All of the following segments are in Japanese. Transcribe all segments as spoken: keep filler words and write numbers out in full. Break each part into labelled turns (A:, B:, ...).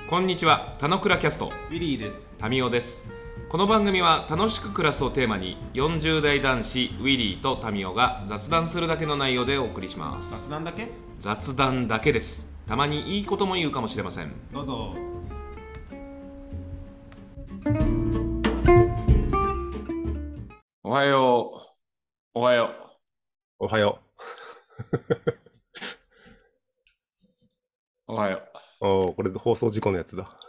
A: こんにちは、たのくらキャスト
B: ウィリーです。
A: タミオです。この番組は楽しく暮らすをテーマによんじゅう代男子ウィリーとタミオが雑談するだけの内容でお送りします。
B: 雑談だけ？
A: 雑談だけです。たまにいいことも言うかもしれません。
B: どうぞ。
A: おはよう。おはよ
C: おはよ
A: う。おはよう。
C: う。おーこれ放送事故のやつだ。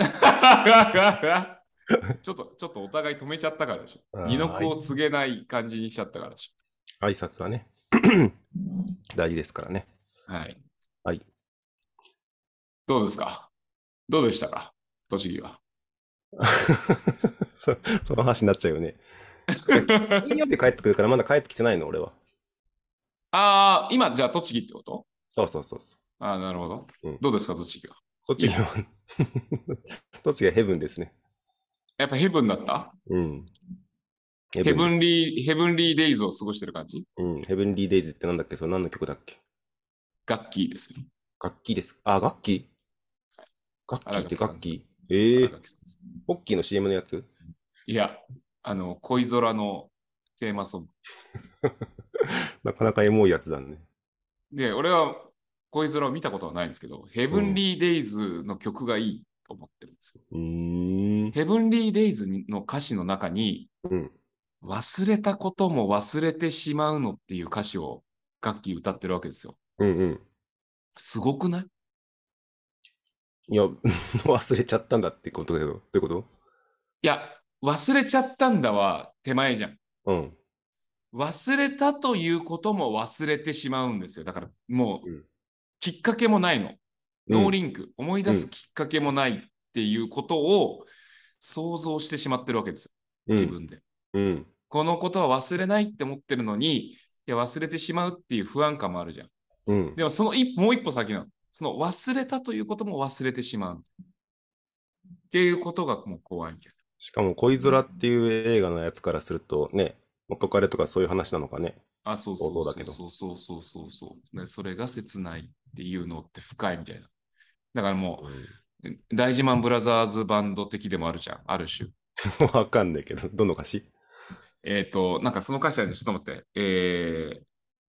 A: ちょっとちょっとお互い止めちゃったからでしょ。
C: あー
A: 二の句を告げない感じにしちゃったからでし
C: 挨拶はね、大事ですからね。
A: ょ。はい。
C: はい。
A: どうですか？どうでしたか？栃木は。
C: そ, その話になっちゃうよね。金曜日帰ってくるからまだ帰ってきてないの、俺は。
A: ああ、今じゃあ栃木ってこと？
C: そうそうそうそ
A: ああ、なるほど。
C: う。うん。
A: どうですか、栃木は。
C: 栃木は、栃木はヘブンですね。
A: やっぱヘブンだった？
C: うん。
A: ヘブ
C: ヘブン。
A: ンリー、ヘブンリーデイズを過ごしてる感じ？
C: うん。ヘブンリーデイズってなんだっけ？それ何の曲だっけ？
A: 楽器ですよ。
C: 楽器です。あ、楽器楽器って
A: 荒垣さんです。
C: 楽器ええー。
A: 荒垣さんです。
C: ポッキーの シーエム のやつ？
A: いや、あの、恋空のテーマソング。
C: なかなかエモいやつだね。
A: で、俺は恋空を見たことはないんですけど、ヘブンリーデイズの曲がいいと思ってるんですよ。
C: うーん。
A: ヘブンリーデイズの歌詞の中に、
C: うん。
A: 忘れたことも忘れてしまうのっていう歌詞を楽器歌ってるわけですよ。
C: うんうん。
A: すごくない？
C: いや、忘れちゃったんだってことだけど、どういうこと？
A: いや、忘れちゃったんだは手前じゃん。
C: うん。
A: 忘れたということも忘れてしまうんですよ。だからもう
C: うん。
A: きっかけもないの。
C: うん。
A: ノーリンク、思い出す
C: うん。
A: きっかけもないっていうことを想像してしまってるわけですよ。
C: うん。
A: 自分で。
C: うん。
A: このことは忘れないって思ってるのに、いや忘れてしまうっていう不安感もあるじゃん。
C: うん。
A: でもその一もう一歩先なの。その忘れたということも忘れてしまうっていうことがもう怖いみたい
C: しかも、恋空っていう映画のやつからすると、ね、元彼とかそういう話なのかね。
A: な。あ、そう
C: 想
A: そう
C: 像だけど。
A: そうそうそうそうそうそう。で、それが切ないっていうのって深いみたいな。だからもう、大事マンブラザーズバンド的でもあるじゃん、ある種。
C: うん。わかんないけど、どの歌詞？
A: えっ、と、なんかその歌詞はちょっと待って、え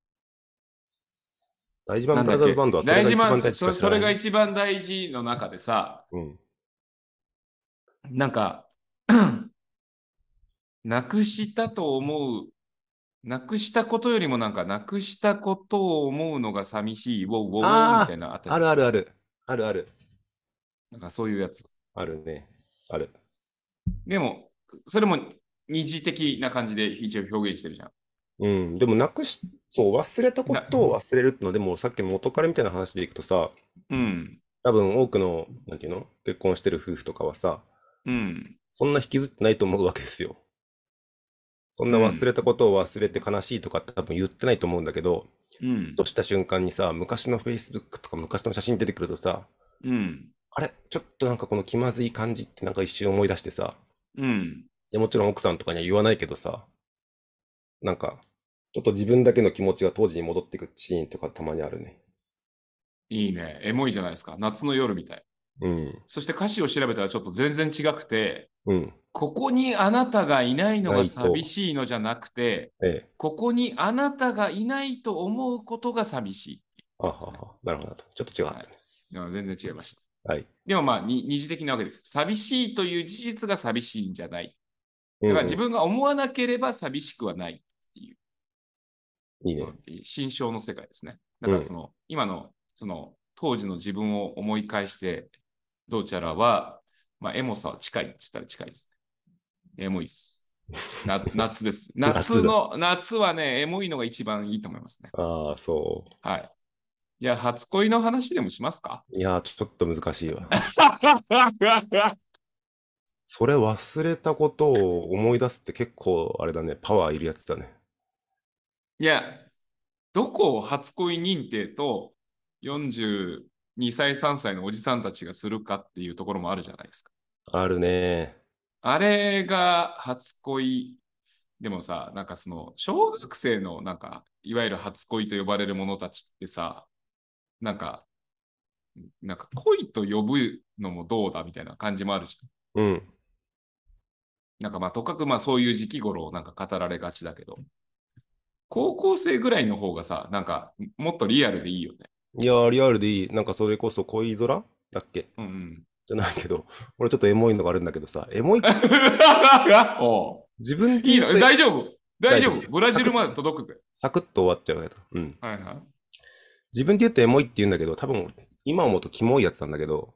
A: ー、
C: 大事マンブラ
A: なんだっけ、
C: ザーズバンドはそれ
A: 大事マン、
C: が一番大事し
A: そそれが
C: か知らない。
A: 一番大事の中でさ、
C: うん。
A: なんか、なくしたと思う、なくしたことよりもなんか、なくしたことを思うのが寂しい、ウォーウォーウォーみた
C: あ
A: いなあった
C: あ、あ
A: じゃん。
C: るあるある。あるある。
A: なんかそういうやつ。
C: あるね。ある。
A: でも、それも二次的な感じで一応表現してるじゃん。
C: うん。でも、なくし、そう、忘れたこ
A: な、
C: とを忘れるってのは、でも、さっきの元彼みたいな話でいくとさ、
A: うん、
C: 多分多くの、なんていうの結婚してる夫婦とかはさ、
A: うん、
C: そんな引きずってないと思うわけですよ。そんな忘
A: うん、
C: れたことを忘れて悲しいとかって多分言ってないと思うんだけど、
A: うん、
C: とした瞬間にさ、昔の Facebook とか昔の写真出てくるとさ、
A: うん、
C: あれちょっとなんかこの気まずい感じってなんか一瞬思い出してさ、
A: うん。
C: でもちろん奥さんとかには言わないけどさ、なんか、ちょっと自分だけの気持ちが当時に戻ってくシーンとかたまにあるね。
A: いいね。エモいじゃないですか。夏の夜みたい。
C: うん、
A: そして歌詞を調べたらちょっと全然違くて、
C: うん、
A: ここにあなたがいないのが
C: ないと、
A: 寂しいのじゃなくて、
C: ええ、
A: ここにあなたがいないと思うことが寂しいって
C: あは
A: 言ってますね。
C: は、なるほど。ちょっと違か
A: はい。
C: ったね。
A: いや全然違いました。
C: はい。
A: でもまあ、に二次的なわけです。寂しいという事実が寂しいんじゃない。
C: うんう
A: だから自分が思わなければ寂しくはないっていう
C: ん。いいね。
A: の心象の世界ですね。だ
C: うん。
A: からその、今の、その、当時の自分を思い返して、どちらは、まあ、エモさは近いって言ったら近いですね。エモいです。な夏です。夏
C: 夏だ。
A: の、夏はね、エモいのが一番いいと思いますね。
C: ああ、そ
A: はい。じゃあ、初恋の話でもしますか？
C: う。いやー、ちょっと難しいわ。それ忘れたことを思い出すって結構あれだね、パワーいるやつだね。
A: いや、どこを初恋認定とよんじゅうにさい、さんさいのおじさんたちがするかっていうところもあるじゃないですか。
C: あるね。
A: あれが初恋でもさ、なんかその、小学生のなんか、いわゆる初恋と呼ばれる者たちってさ、なんか、 なんか恋と呼ぶのもどうだみたいな感じもあるじゃん。
C: うん。
A: なんかまあ、とかくまあそういう時期頃なんか語られがちだけど、高校生ぐらいの方がさ、なんかもっとリアルでいいよね。
C: いやー、リアルでいい。なんかそれこそ恋空だっけ
A: うんうん。
C: じゃないけど、俺ちょっとエモいのがあるんだけどさ、エモい、
A: おう
C: 自分で
A: いいの
C: 言うと
A: 大丈夫大
C: 大丈夫。
A: 丈夫ブラ
C: サクッ、
A: ジルまで届くぜ。
C: サクッと終わっちゃうやつ。うん。
A: はいはい。
C: 自分で言うとエモいって言うんだけど、多分、今思うとキモいやつなんだけど、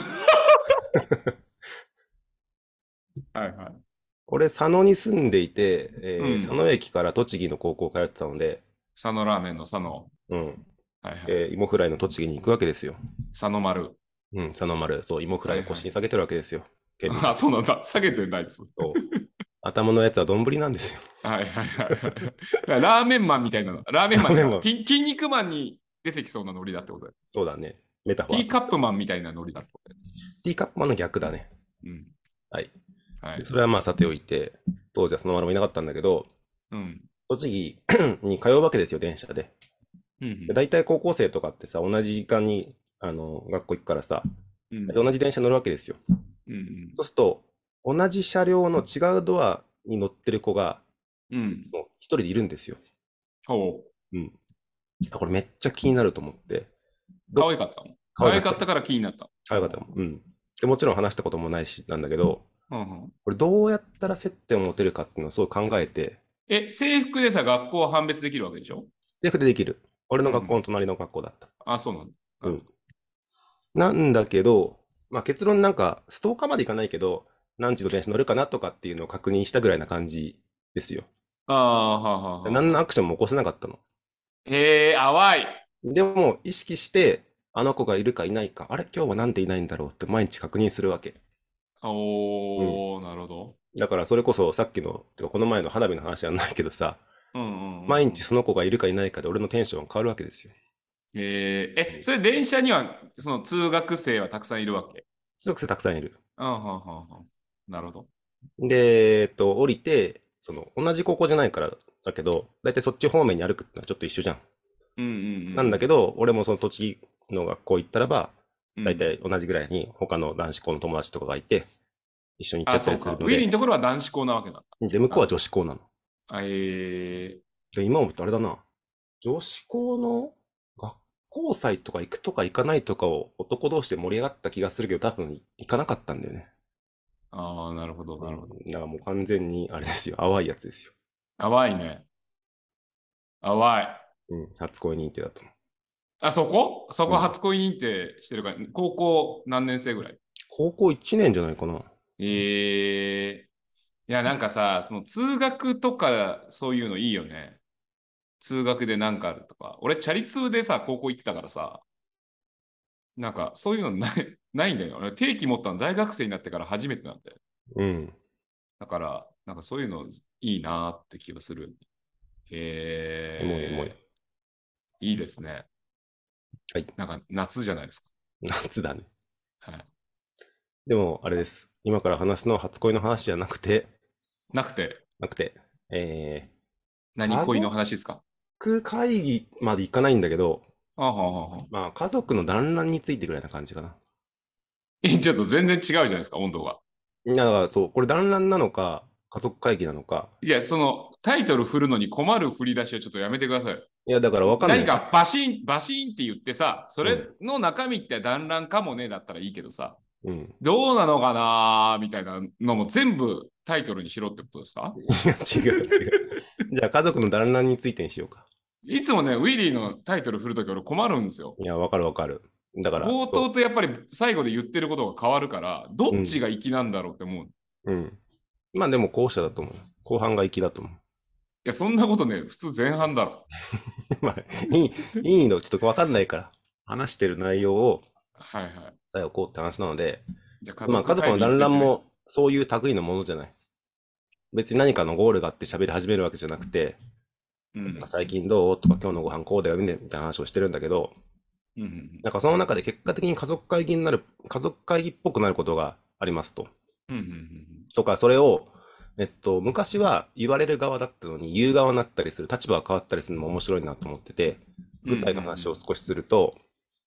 A: はいはい。
C: 俺、佐野に住んでいて、えー佐
A: うん。
C: 野駅から栃木の高校通ってたので、
A: 佐野ラーメンの佐野。
C: うん。
A: はいはい。
C: えー芋フライの栃木に行くわけですよ。
A: 佐野丸。
C: うん、佐野丸、そう、芋フライ
A: はいはい。
C: を腰に下げてるわけですよ。県民
A: あ、
C: たち。
A: そうなんだ。下げてんだ、あいつ。
C: そう。頭のやつは丼なんですよ。
A: はいはいはいはい。だからラーメンマンみたいなの。ラーメンマン違う。
C: ラーメンも、
A: 筋筋肉マンに出てきそうなノリだってことだよ。
C: そうだね。メタフ
A: ティー
C: ァーとして。
A: カップマンみたいなノリだってことだよ。
C: ティーカップマンの逆だね。
A: うん。
C: はい。で、
A: はい。
C: それはまあさておいて、当時はそのままいなかったんだけど、
A: うん。
C: 栃木に通うわけですよ、電車で。で、
A: うん。
C: 大体高校生とかってさ、同じ時間に、あの、学校行くからさ、
A: うん。
C: 同じ電車乗るわけですよ。
A: うん。
C: そうすると、同じ車両の違うドアに乗ってる子が、
A: うん。
C: もう一人でいるんですよ。
A: ほう。
C: うん。あ、これめっちゃ気になると思って。ど、
A: 可愛かったの
C: 可愛かった。
A: 可愛かったから気になった。
C: 可愛かったもん。うん。で、もちろん話したこともないし、なんだけど、
A: うんうん。
C: これどうやったら接点を持てるかっていうのをすごい考えて、
A: え、制服でさ、学校は判別できるわけでしょ？
C: で、でできる。俺の学校
A: うんうん。
C: の隣の学校だった。
A: あ、そうなんだ。な
C: うん。
A: るほど。
C: なんだけど、まあ結論なんか、ストーカーまでいかないけど、何時の電車乗るかなとかっていうのを確認したぐらいな感じですよ。
A: ああ、はあはあはあ
C: 何の
A: はあ。
C: アクションも起こせなかったの。
A: へえ、淡い。
C: でも、意識して、あの子がいるかいないか、あれ今日はなんでいないんだろうって毎日確認するわけ。うん。
A: おー、なるほど。
C: だからそれこそさっきの、てかこの前の花火の話じゃないけどさ、
A: うんうんうん
C: 毎
A: うん。
C: 日その子がいるかいないかで俺のテンション変わるわけですよ。
A: えー、え、
C: うん。
A: それ電車には、その通学生はたくさんいるわけ？
C: 通学生たくさんいる。
A: あはあはあはあ。なるほど。
C: で、えっと、降りて、その、同じ高校じゃないからだけど、だいたいそっち方面に歩くってのはちょっと一緒じゃん。
A: うんうん
C: なんだけど、俺もその栃木の学校行ったらば、
A: うんうん。うん。
C: だいたい同じぐらいに他の男子校の友達とかがいて、一緒に行っちゃ
A: あ、
C: ったり
A: そうか。
C: するので、
A: ウィリーのところは男子校なわけなんだ。
C: で、向こうは
A: あ、
C: 女子校なの。
A: あえー、
C: で、今思うとあれだな。女子校の学校祭とか行くとか行かないとかを男同士で盛り上がった気がするけど、多分行かなかったんだよね。
A: ああ、なるほど、
C: うん。
A: なるほど。
C: だからもう完全にあれですよ。淡いやつですよ。
A: 淡いね。淡い。
C: うん。初恋認定だと思
A: あ、そこそ
C: う。うん。
A: こ初恋認定してるから、高校何年生ぐらい？
C: 高校いちねんじゃないかな。
A: ええいや、なんかさ、その通学とかそういうのいいよね。通学でなんかあるとか。俺、チャリ通でさ、高校行ってたからさ、なんかそういうのない、ないんだよ。俺、定期持ったの大学生になってから初めてなんだよ。
C: うん。
A: だから、なんかそういうのいいなって気がする。
C: エモいエモい。
A: えー、いいですね。
C: はい。
A: なんか夏じゃないですか。
C: 夏だね。
A: はい。
C: でも、あれです。今から話すのは初恋の話じゃなくて、
A: なくて、
C: なくて、えー、家
A: 何恋の話ですか？
C: 族会議まで行かないんだけど、
A: あははは。
C: まあ、家族の団らんについてぐらいな感じかな。
A: え、ちょっと全然違うじゃないですか、温度が。
C: いや、だからそう、これ団らんなのか、家族会議なのか、
A: いや、そのタイトル振るのに困る振り出しはちょっとやめてください。
C: いや、だからわかんないじゃん。
A: 何かバシン、バシンって言ってさ、それ
C: うん、
A: の中身って団らんかもねだったらいいけどさ、
C: うん。
A: どうなのかなみたいなのも全部タイトルにしろってことですか？
C: いや、違う違う。じゃあ、家族の団らんについてにしようか。
A: いつもね、ウィリーのタイトル振るとき俺困るんですよ。
C: いや、わかるわかる。だから、
A: 冒頭
C: そ
A: とやっぱり最後で言ってることが変わるから、
C: う。
A: どっち
C: うん、
A: が粋なんだろうって思う。い
C: うん。まあ、でも後者だと思う。後半が粋だと思う。
A: や、そんなことね、普通前半だろ。
C: まあ、いい、いいの、ちょっとわかんないから。話してる内容を
A: はいはい。
C: 伝えこうって話なので、
A: じゃあ家
C: まあ、家
A: 族会議に
C: 族の団
A: ついてね。
C: らんもそういう類のものじゃない。別に何かのゴールがあって喋り始めるわけじゃなくて、
A: うん。
C: 最近どうとか今日のご飯こうだよねみたいな話をしてるんだけど、
A: うんうんうん
C: なんかその中で結果的に家族会議になる、家族会議っぽくなることがありますと。
A: うんうんうん
C: とか、それを、えっと、昔は言われる側だったのに言う側になったりする、立場が変わったりするのも面白いなと思ってて、
A: うんうん
C: 具体の話を少しすると、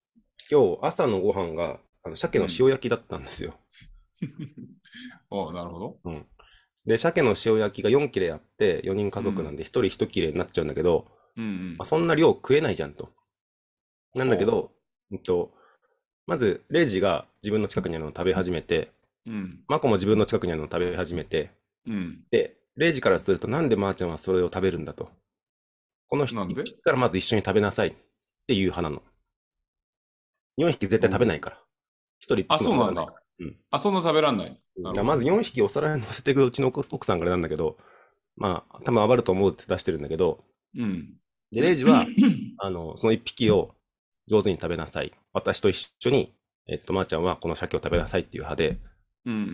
C: 今日朝のご飯があの鮭の
A: うん。
C: 塩焼きだったんですよ。
A: おう、なるほど。
C: うん。で、鮭の塩焼きがよん切れあって、よにん家
A: うん。
C: 族なんでひとりいち切れになっちゃうんだけど、
A: うんう
C: まあ、
A: ん。
C: そんな量食えないじゃんと。なんだけ
A: おう。
C: ど、うんと、まず、レイジが自分の近くにあるのを食べ始めて、
A: うん。
C: マコも自分の近くにあるのを食べ始めて、
A: うん。
C: で、レイジからすると、なんでマーちゃんはそれを食べるんだと。この
A: なんで？
C: いっぴきからまず一緒に食べなさいっていう派なの。よんひき絶対食べない
A: おう。
C: から。ひとりいっぴ
A: あ、
C: きも
A: そうなんだ。
C: 食べられないから。うん。
A: あ、そんな食べらんない。なるほど。
C: だからまずよんひきお皿に乗せていくうちの奥奥さんからなんだけど、まあ、多分余ると思うって出してるんだけど、
A: うん。
C: で、レイジは、あの、そのいっぴきを上手に食べなさい。私と一緒に、えっと、まーちゃんはこの鮭を食べなさいっていう派で、
A: うんうんうん。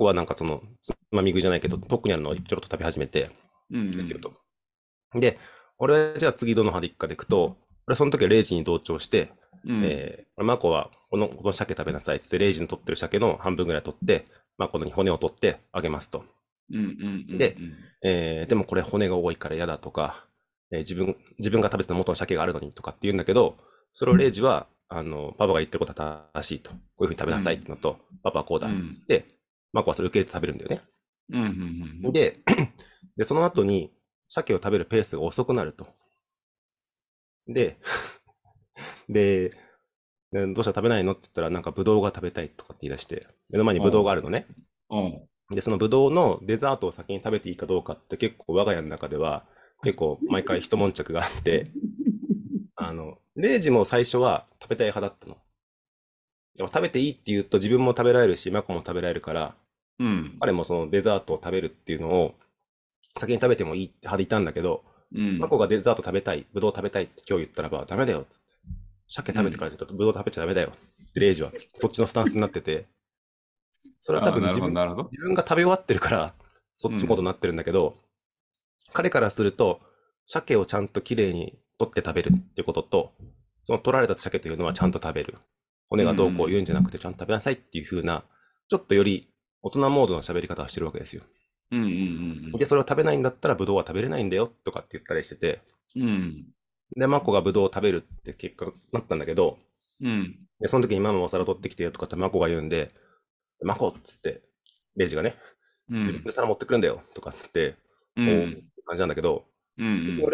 C: マコはなんかその、つまみ食いじゃないけど、特にあるのをちょろっと食べ始めて、
A: うんう
C: ですよと。
A: ん。
C: で、俺はじゃあ次どの派でいくかでいくと、俺はその時はレイジに同調して、
A: うん。
C: えー、マコはこの、この鮭食べなさいっつって、レイジの取ってる鮭の半分ぐらい取って、マコの骨を取ってあげますと。
A: うんうんうん
C: で、
A: うん。
C: えー、でもこれ骨が多いから嫌だとか、えー自分、自分が食べてた元の鮭があるのにとかって言うんだけど、それをレイジは、あの、パパが言ってることは正しいと。こういうふうに食べなさいってのと、パパはこうだっつ
A: うん
C: って、マコはそれを受け入れて食べるんだよね。
A: うんうんうん
C: で、で、その後に、鮭を食べるペースが遅くなると。で、で、でどうしたら食べないのって言ったら、なんかブドウが食べたいとかって言い出して、目の前にブドウ
A: うん。
C: があるのね。
A: うん。
C: で、そのブドウのデザートを先に食べていいかどうかって結構我が家の中では、結構毎回一悶着があって、あの、レイジも最初は食べたい派だったの。でも食べていいって言うと自分も食べられるし、マコも食べられるから、
A: うん。
C: 彼もそのデザートを食べるっていうのを先に食べてもいいって派でいたんだけど、
A: うん。
C: マコがデザート食べたい、ブドウ食べたいって今日言ったらば、ダメだよっつって。鮭食べてか
A: うん。
C: らちょっとブドウ食べちゃダメだよってレイジはそっちのスタンスになってて、それは多
A: ああ、なるほど、
C: 分自分、
A: なるほど。
C: 自分が食べ終わってるから、そっ
A: うん。
C: ちモードになってるんだけど、彼からすると、鮭をちゃんときれいに取って食べるってことと、その取られた鮭というのはちゃんと食べる。骨
A: うんう
C: がどうこう言うん
A: ん。
C: じゃなくてちゃんと食べなさいっていう風な、ちょっとより大人モードの喋り方をしてるわけですよ。
A: うんうん
C: で、それを食べないんだったらブドウは食べれないんだよとかって言ったりしてて、
A: うんうん。うん。
C: で、マコがブドウを食べるって結果になったんだけど、
A: うん。
C: で、その時にママお皿取ってきてとかってマコが言うんで、マコっつって、レイジがね、自分で
A: うん。
C: 皿持ってくるんだよとかって、おーって
A: うん。
C: 感じなんだけど、
A: うん。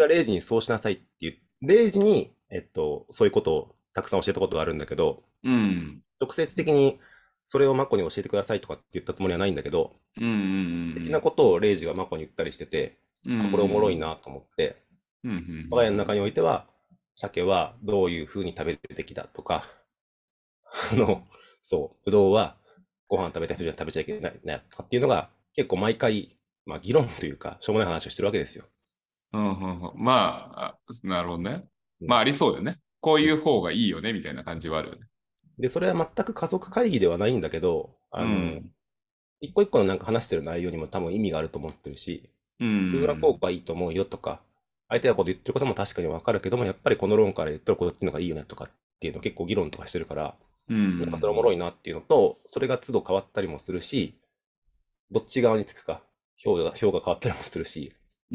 C: 俺はレイジにそうしなさいって言う、レイジに、えっと、そういうことをたくさん教えたことがあるんだけど、
A: うん。
C: 直接的にそれをマコに教えてくださいとかって言ったつもりはないんだけど、
A: うん。
C: 的なことをレイジがマコに言ったりしてて、
A: うん。う
C: あ、これおもろい
A: ん。
C: なと思って、
A: うん。うん。
C: 我が家の中においては、鮭はどういう風に食べるべきだとか、あの、そう、ぶどうはご飯食べた人じゃ食べちゃいけないねとかっていうのが結構毎回、まあ議論というか、しょうもない話をしてるわけですよ。
A: うん。うん。まあ、あ、なるほどね。
C: うん。
A: まあ、ありそうよね。こう
C: うん。
A: いう方がいいよね、みたいな感じはあるよね。
C: で、それは全く家族会議ではないんだけど、あの、
A: うん。
C: 一個一個のなんか話してる内容にも多分意味があると思ってるし、
A: う
C: 自分はこう
A: ん。
C: がいいと思うよとか、相手がこと言ってることも確かにわかるけども、やっぱりこの論から言ってることっていうのがいいよねとかっていうのを結構議論とかしてるから、
A: う
C: なんかそれおもろ
A: ん。
C: いなっていうのと、それが都度変わったりもするし、どっち側につくか、票が、票が変わったりもするし、
A: うん。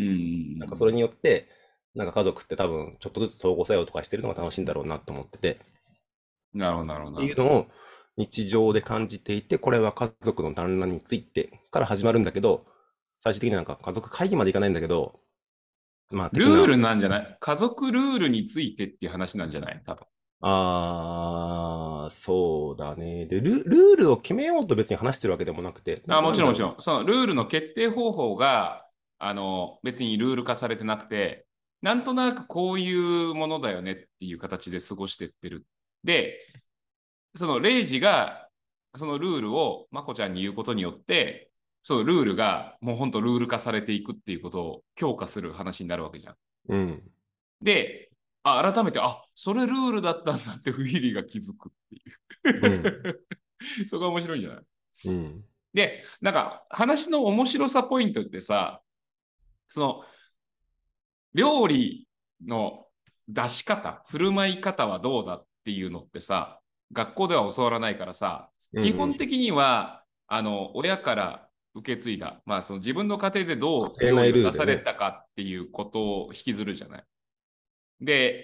C: なんかそれによって、なんか家族って多分ちょっとずつ相互作用とかしてるのが楽しいんだろうなと思ってて、っ
A: なるほど、なるほど、なるほど。
C: ていうのを日常で感じていて、これは家族の団らんについてから始まるんだけど、最終的になんか家族会議までいかないんだけど、まあ的な、
A: ルールなんじゃない？家族ルールについてっていう話なんじゃない？多分。
C: あー、そうだね。で、ル、ルールを決めようと別に話してるわけでもなくて、な、
A: あ、も
C: なんだろう。
A: ちろんもちろん。そのルールの決定方法が、あの、別にルール化されてなくて、なんとなくこういうものだよねっていう形で過ごしてってる。で、そのレイジが、そのルールをまこちゃんに言うことによって、そのルールがもう本当ルール化されていくっていうことを強化する話になるわけじゃん。
C: うん、
A: で、あ、改めて、あ、それルールだったんだってフィリーが気づくって
C: うん、
A: いう。そこが面白いんじゃない？
C: うん、
A: で、なんか話の面白さポイントってさ、その料理の出し方、振る舞い方はどうだっていうのってさ、学校では教わらないからさ、基
C: うん、うん。
A: 本的には、あの、親から受け継いだ、まあ、その自分の家庭でどう
C: 家庭内
A: 料理を出
C: ルールね。
A: されたかっていうことを引きずるじゃない。で、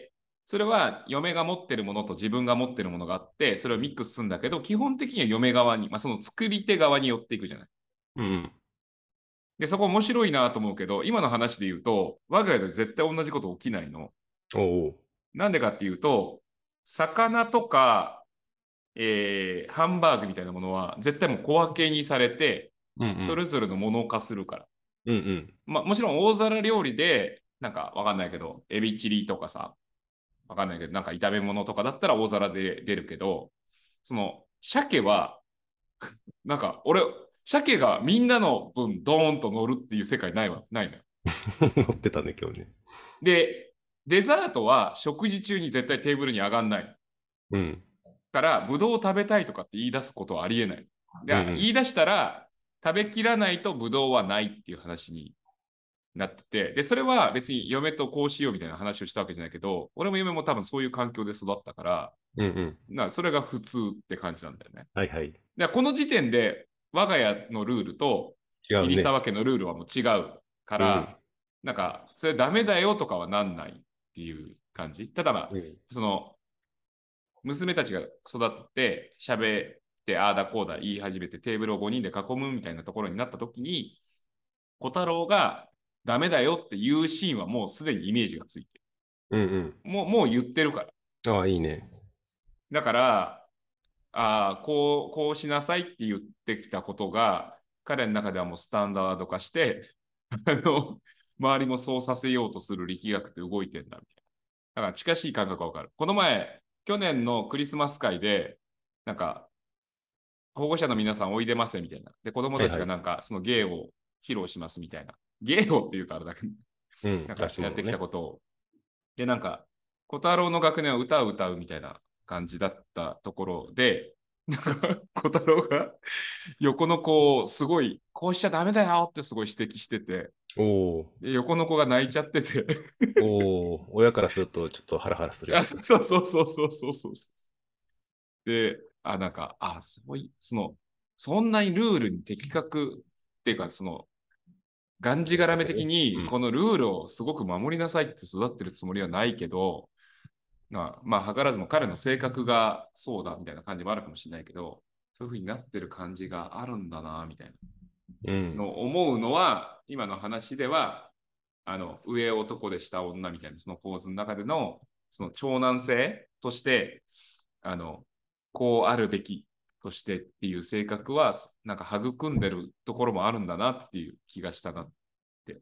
A: それは嫁が持ってるものと自分が持ってるものがあって、それをミックスするんだけど、基本的には嫁側に、まあ、その作り手側に寄っていくじゃない。
C: うん。
A: で、そこ面白いなと思うけど、今の話で言うと、我が家で絶対同じこと起きないの。
C: おうおう。
A: なんでかっていうと、魚とか、えーハンバーグみたいなものは絶対もう小分けにされて、
C: うんうん。
A: それぞれのもの化するから。
C: うんうん。
A: まあ、もちろん大皿料理で、なんかわかんないけど、エビチリとかさ、わかんないけど、なんか炒め物とかだったら大皿で出るけど、その、鮭は、なんか俺、鮭がみんなの分ドーンと乗るっていう世界ないわ、ないのよ。
C: 乗ってたね、今日ね。
A: で、デザートは食事中に絶対テーブルに上がんない。
C: うん。
A: から、ブドウを食べたいとかって言い出すことはありえない。で、
C: うんうん。
A: 言い出したら、食べきらないとブドウはないっていう話になってて、で、それは別に嫁とこうしようみたいな話をしたわけじゃないけど、俺も嫁も多分そういう環境で育ったから、
C: うんうん。
A: なそれが普通って感じなんだよね。
C: はいはい。
A: で、この時点で我が家のルールと
C: 違うね。
A: 入沢家のルールはもう違うか
C: うん。
A: ら、なんか、それダメだよとかはなんないっていう感じ。ただまあ、
C: うん。
A: その、娘たちが育って喋ってああだこうだ言い始めてテーブルをごにんで囲むみたいなところになった時に小太郎がダメだよっていうシーンはもうすでにイメージがついてる。
C: うん
A: もうもう言ってるから。
C: うん。ああ、いいね。
A: だからああこうこうしなさいって言ってきたことが彼の中ではもうスタンダード化してあの周りもそうさせようとする力学って動いてんだみたいな。だから近しい感覚がわかる。この前去年のクリスマス会でなんか保護者の皆さんおいでませみたいな。で、子供たち
C: はいはい。
A: がなんかその芸を披露しますみたいな。芸をって言うとあれだけど、
C: うん。
A: なん
C: 出
A: かやってきた
C: し物ね。
A: ことを。で、なんか、小太郎の学年は歌を歌うみたいな感じだったところで、なんか小太郎が横の子をすごい、こうしちゃダメだよってすごい指摘してて、
C: おお。
A: で横の子が泣いちゃってて
C: おお。親からするとちょっとハラハラするや
A: あ、
C: つだ。
A: そうそうそうそうそうそう。で、あ、なんか、あ、そういその、そんなにルールに的確っていうか、その、がんじがらめ的
C: 正確ね。う
A: に、
C: ん。
A: このルールをすごく守りなさいって育ってるつもりはないけど、まあ、まあ、図らずも彼の性格がそうだみたいな感じもあるかもしれないけど、そういうふうになってる感じがあるんだな、みたい
C: うん。
A: なのを思うのは、今の話では、あの、上男で下女みたいなその構図の中での、その長男性として、あの、こうあるべきとしてっていう性格は、なんか育んでるところもあるんだなっていう気がしたなって、
C: うん。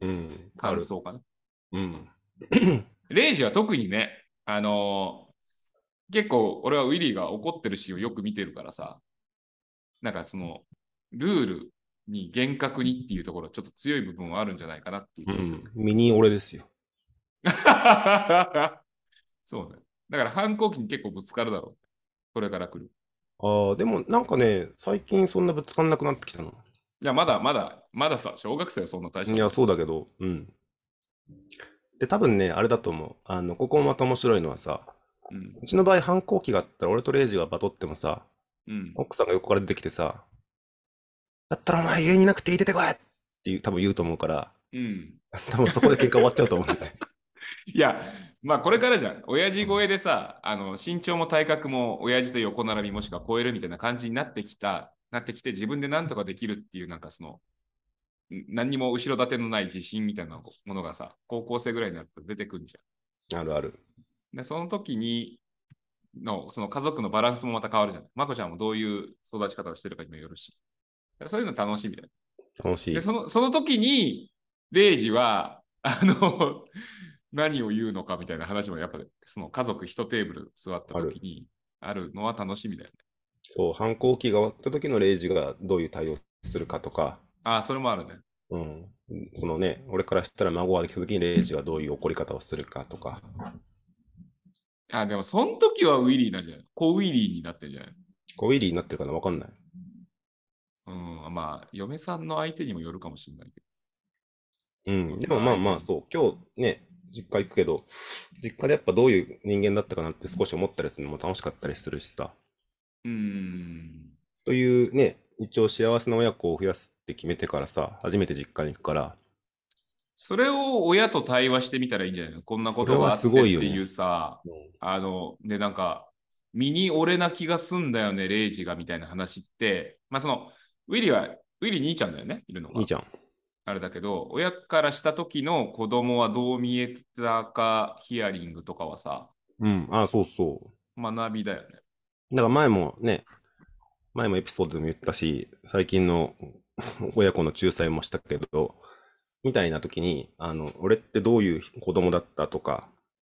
C: ある。
A: 感想かな。
C: うん。
A: レイジは特にね、あのー結構俺はウィリーが怒ってるシーンをよく見てるからさ、なんかその、ルールに厳格にっていうところちょっと強い部分はあるんじゃないかなっていう気がする。
C: うん。ミニ俺ですよ。
A: そうね。だから反抗期に結構ぶつかるだろう。これから来る。
C: ああ、でもなんかね、最近そんなぶつかんなくなってきたの。
A: いや、まだまだ、まださ、小学生はそんな大し
C: いや、
A: たことない。
C: そうだけど、うん。で、多分ね、あれだと思う。あの、ここもまた面白いのはさ、
A: うん。
C: うちの場合反抗期があったら俺とレイジがバトってもさ、
A: うん。
C: 奥さんが横から出てきてさ、だったらお前家にいなくていい出てこいっていう多分言うと思うから、
A: うん。
C: 多分そこで喧嘩終わっちゃうと思うんだよね。
A: いや、まあこれからじゃん。親父超えでさ、あの身長も体格も親父と横並びもしくは超えるみたいな感じになってきた、なってきて自分で何とかできるっていうなんかその、何にも後ろ盾のない自信みたいなものがさ、高校生ぐらいになると出てくんじ
C: あるある。
A: ゃん。で、その時にの、その家族のバランスもまた変わるじゃん。まこちゃんもどういう育ち方をしてるかにもよるし。そういうの楽しいみたいな。で、
C: 楽しい。
A: その、その時に、レイジは、あの、何を言うのかみたいな話もやっぱり、その家族一テーブル座った
C: ある。
A: 時にあるのは楽しみだよね。
C: そう、反抗期が終わった時のレイジがどういう対応するかとか、
A: ああ、それもあるね。
C: うん。そのね、俺からしたら孫ができた時にレイジはどういう怒り方をするかとか。
A: あ、でもその時はウィリーなんじゃないコウィリーになってんじゃない
C: こうウィリーになってるかなわかんない。
A: うん、まあ、嫁さんの相手にもよるかもしれないけ
C: うん。
A: ど。
C: でも
A: まあ、相手に。
C: まあまあ、そう。今日ね、実家行くけど、実家でやっぱどういう人間だったかなって少し思ったりするのも楽しかったりするしさ。
A: うーん。
C: というね、一応幸せな親子を増やすって決めてからさ、初めて実家に行くから、
A: それを親と対話してみたらいいんじゃないの？こんなこ
C: それはす
A: とがあって
C: ごいよね。
A: っていうさ、
C: うん。
A: あの、で、なんか、身に俺な気がすんだよね、レイジがみたいな話って、まあその、ウィリーは、ウィリー兄ちゃんだよね、いるのが。
C: 兄ちゃん。
A: あれだけど、親からした時の子供はどう見えたかヒアリングとかはさ、
C: うん。あ、そうそ
A: 学びだよね。
C: う。だから前もね、前もエピソードでも言ったし、最近の親子の仲裁もしたけど、みたいな時に、あの、俺ってどういう子供だったとか、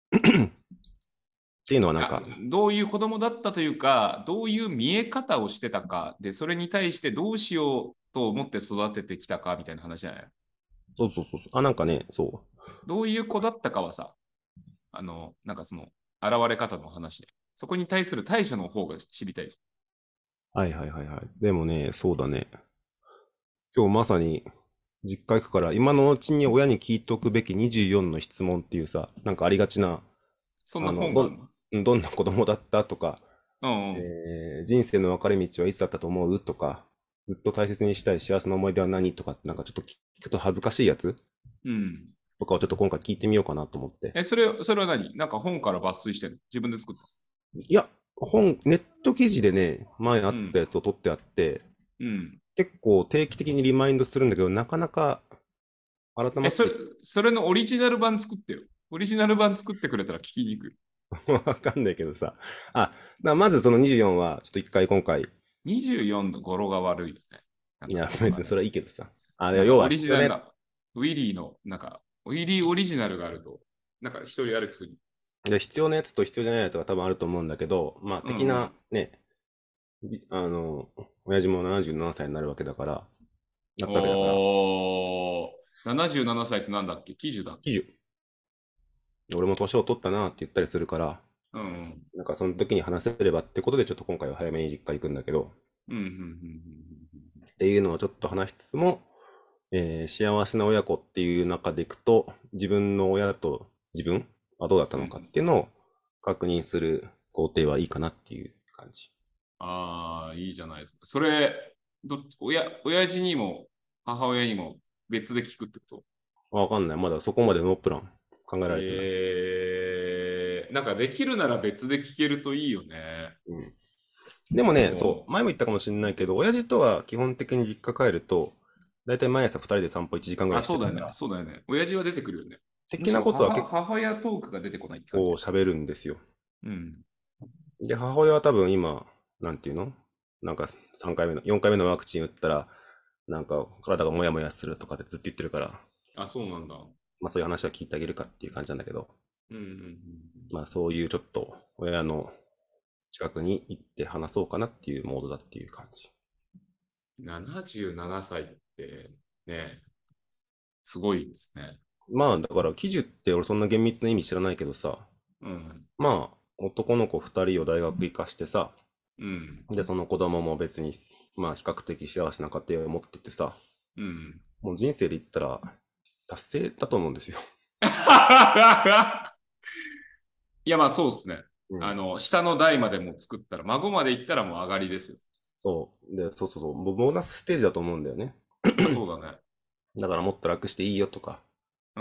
C: っていうのはなん
A: あ、
C: か、
A: どういう子供だったというか、どういう見え方をしてたか、で、それに対してどうしようと思って育ててきたかみたいな話じゃない？
C: そうそうそうそう。あ、なんかね、そ
A: どういう子だったかはさ、あの、なんかその、現れ方の話で、そこに対する対処の方が知りたいじ
C: う。はいはいはいはい。でもね、そうだね。今日まさに実家行くから、今のうちに親に聞いておくべきにじゅうよんの質問っていうさ、なんかありがちな、
A: そんな
C: あの、どん、
A: 本があるの？
C: どんな子供だったとか、
A: うんうん。
C: えー人生の分かれ道はいつだったと思うとか、ずっと大切にしたい幸せな思い出は何とかって、なんかちょっと聞くと恥ずかしいやつ
A: うん。
C: とかをちょっと今回聞いてみようかなと思って。
A: え、それ、それは何？なんか本から抜粋してんの？自分で作った？
C: いや、本、ネット記事でね、前あ
A: うん。
C: ったやつを取ってあって、
A: うん。
C: 結構定期的にリマインドするんだけど、なかなか改ま
A: え、それ、
C: って
A: それのオリジナル版作ってよ。オリジナル版作ってくれたら聞きに行くよ。
C: わかんないけどさ。あ、だからまずそのにじゅうよんは、ちょっと一回今回、
A: にじゅうよんの語呂が悪いよね。なん
C: いや、
A: かこう、あの、
C: 別にそれはいいけどさ。あ、で
A: なんかオリ
C: 要は必要なやつ。
A: ジナルな、ウィリーの、なんか、ウィリーオリジナルがあると、なんか一人歩きする。
C: で必要なやつと必要じゃないやつが多分あると思うんだけど、まあ、的な
A: うんうん。
C: ね、じあの、親父もななじゅうななさいになるわけだから、なったわけだから、
A: おー、ななじゅうななさいってなんだっけ？ きじゅう だっけ？
C: きじゅう。俺も年を取ったなって言ったりするから、
A: うんうん。
C: なんかその時に話せればってことで、ちょっと今回は早めに実家行くんだけど、
A: うんうんうんうん
C: っていうのをちょっと話しつつも、えー幸せな親子っていう中でいくと、自分の親と自分はどうだったのかっ
A: うんうん。
C: ていうのを確認する工程はいいかなっていう感じ。
A: ああ、いいじゃないですか。それ、どっち、親、親父にも母親にも別で聞くってこと？
C: わかんない。まだそこまでノープラン考えられてない。
A: えー、なんかできるなら別で聞けるといいよね。
C: うん。でもね、そう、
A: も
C: 前も言ったかもしれないけど、親父とは基本的に実家帰ると、だいたい毎朝ふたりで散歩いちじかんぐ
A: う、あ、
C: らいし
A: そうだよね。
C: てるから、
A: そうだよね。親父は出てくるよね。む
C: 的な
A: しろ母、
C: ことは結
A: 母親トークが出てこないって感じだよ。
C: 構喋るんですよ。
A: うん。
C: で、母親は多分今、なんていうのなんかさんかいめの、よんかいめのワクチン打ったら、なんか体がモヤモヤするとかってずっと言ってるから、
A: あ、そうなんだ。
C: まあそういう話は聞いてあげるかっていう感じなんだけど、
A: うんうんうん
C: まあそういうちょっと親の近くに行って話そうかなっていうモードだっていう感じ。
A: うん。ななじゅうななさいってね、すごいですね。
C: まあだから記事って俺そんな厳密な意味知らないけどさ、
A: うん。
C: まあ男の子ふたりを大学行かしてさ、
A: うん。
C: でその子供も別にまあ比較的幸せな家庭を持っててさ、
A: うん。
C: もう人生で言ったら達成だと思うんですよ。
A: いや、まあそうですね。
C: うん。
A: あの、下の代までも作ったら、孫まで行ったらもう上がりですよ。
C: そう。で、そうそうそう。ボボーナスステージだと思うんだよね。
A: あ、そうだね。
C: だからもっと楽していいよとか、
A: うん。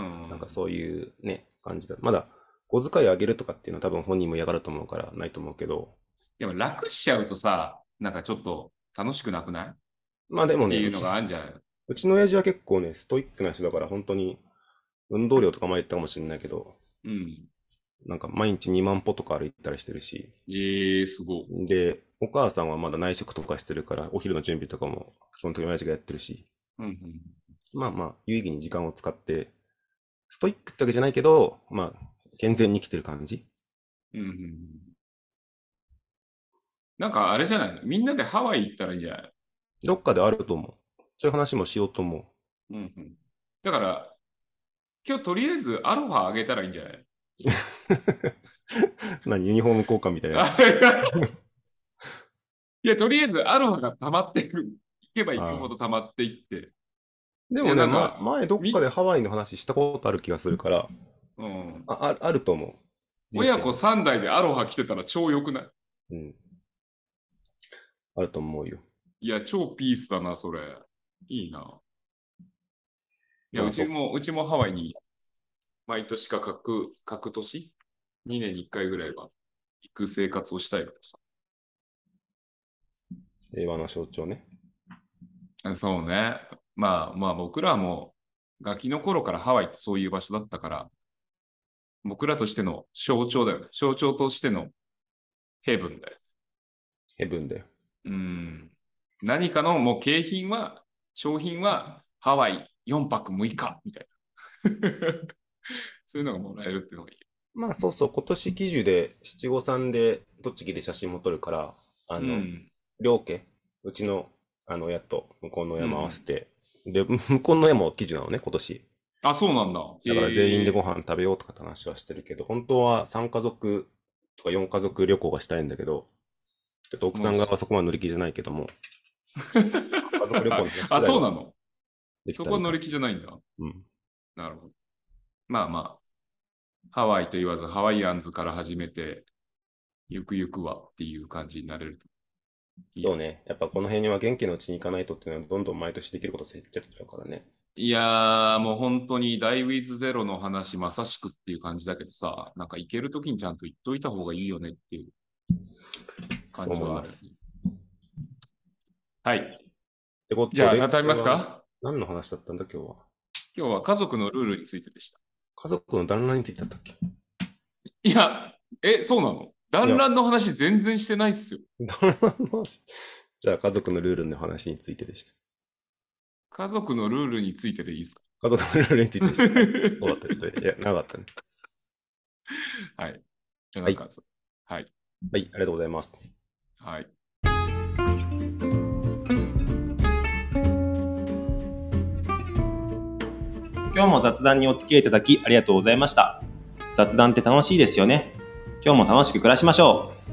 C: なんかそういうね、感じだ。まだ、小遣いあげるとかっていうのは多分本人も嫌がると思うからないと思うけど、
A: でも楽しちゃうとさ、なんかちょっと楽しくなくないっ
C: まあでもね、うち、
A: ていうのがあるんじゃないの？
C: うちの親父は結構ね、ストイックな人だから本当に運動量とか前言ったかもしれないけど、
A: うん。
C: なんか毎日にまん歩とか歩いたりしてるし、
A: ええー、すごい。
C: で、お母さんはまだ内職とかしてるから、お昼の準備とかも基本的に親父がやってるし、
A: うんうん
C: まあまあ、有意義に時間を使って、ストイックってわけじゃないけど、まあ、健全に生きてる感じ。
A: うんうんうん。なんかあれじゃないの？みんなでハワイ行ったらいいんじゃないの？
C: どっかであると思う。そういう話もしようと思
A: うんうん。だから、今日とりあえずアロハあげたらいいんじゃないの？
C: う。何ユニフォーム交換みたいなやつ。
A: あ、いや、いやとりあえずアロハが溜まっていく。行けば行くほ
C: ああ。
A: ど溜まっていって。いや、
C: でもね、ま、
A: なんか、
C: 前どっかで
A: み、
C: ハワイの話したことある気がするから、
A: うん。
C: あ、あ、あると思う。人
A: 親子
C: 生で。
A: さん代でアロハ着てたら超良くない？
C: うん。あると思うよ。
A: いや、超ピースだな、それ。いいな。 いや、
C: まあ
A: うちも、うちもハワイに毎年か各、各年 ?に 年にいっかいぐらいは行く生活をしたいからさ。
C: 平和の象徴ね。
A: そうね。まあまあ僕らもガキの頃からハワイってそういう場所だったから、僕らとしての象徴だよね。象徴としてのヘブンだよ。
C: ヘブンだよ。
A: うん。何かのもう景品は、商品はハワイよんぱくむいかみたいな。そういうのがもらえるっていうのがいい。
C: まあそうそう、今年喜寿で七五三で栃木で写真も撮るから、あの、
A: うん。
C: 両家、うちのあの親と向こうの親も合わ
A: うんうん。
C: せて、で、向こうの親も喜寿なのね、今年。
A: あ、そうなんだ。
C: だから全員でご
A: へえ。
C: 飯食べようとかって話はしてるけど、本当はさん家族とかよん家族旅行がしたいんだけど、ちょっと奥さ
A: もう、
C: ん側はそこまで乗り気じゃないけども、家族旅行の話
A: あ、
C: ぐらいは
A: そうなの。
C: できたらいいかな。
A: そこは乗り気じゃないんだ。
C: うん。
A: なるほど。まあまあ、ハワイと言わずハワイアンズから始めて、ゆくゆくはっていう感じになれるといいよね。
C: そうね。やっぱこの辺には元気のうちに行かないとっていうのはどんどん毎年できること減っちゃっちゃうからね。
A: いやー、もう本当にダイウィズゼロの話まさしくっていう感じだけどさ、なんか行けるときにちゃんと言っといた方がいいよねっていう
C: そう
A: 感じ
C: 思います。
A: はあるよね。はい。
C: ってこ
A: じゃあ、
C: とで、
A: たたみ
C: これは
A: ますか？
C: 何の話だったんだ今日は。
A: 今日は家族のルールについてでした。
C: 家族の団らんについてだったっけ？
A: いや、え、そうなの？
C: いや、
A: 団らんの話全然してないっすよ。
C: 団らんの話。じゃあ家族のルールの話についてでした。
A: 家族のルールについてでいいですか？
C: 家族のルールについてでした。はい。そうだった。ちょっと、いや、長かったね。
A: はい。な
C: はい。
A: んか、はい。
C: はい、ありがとうございます。
A: はい。
C: 今日も雑談にお付き合いいただきありがとうございました。雑談って楽しいですよね。今日も楽しく暮らしましょう。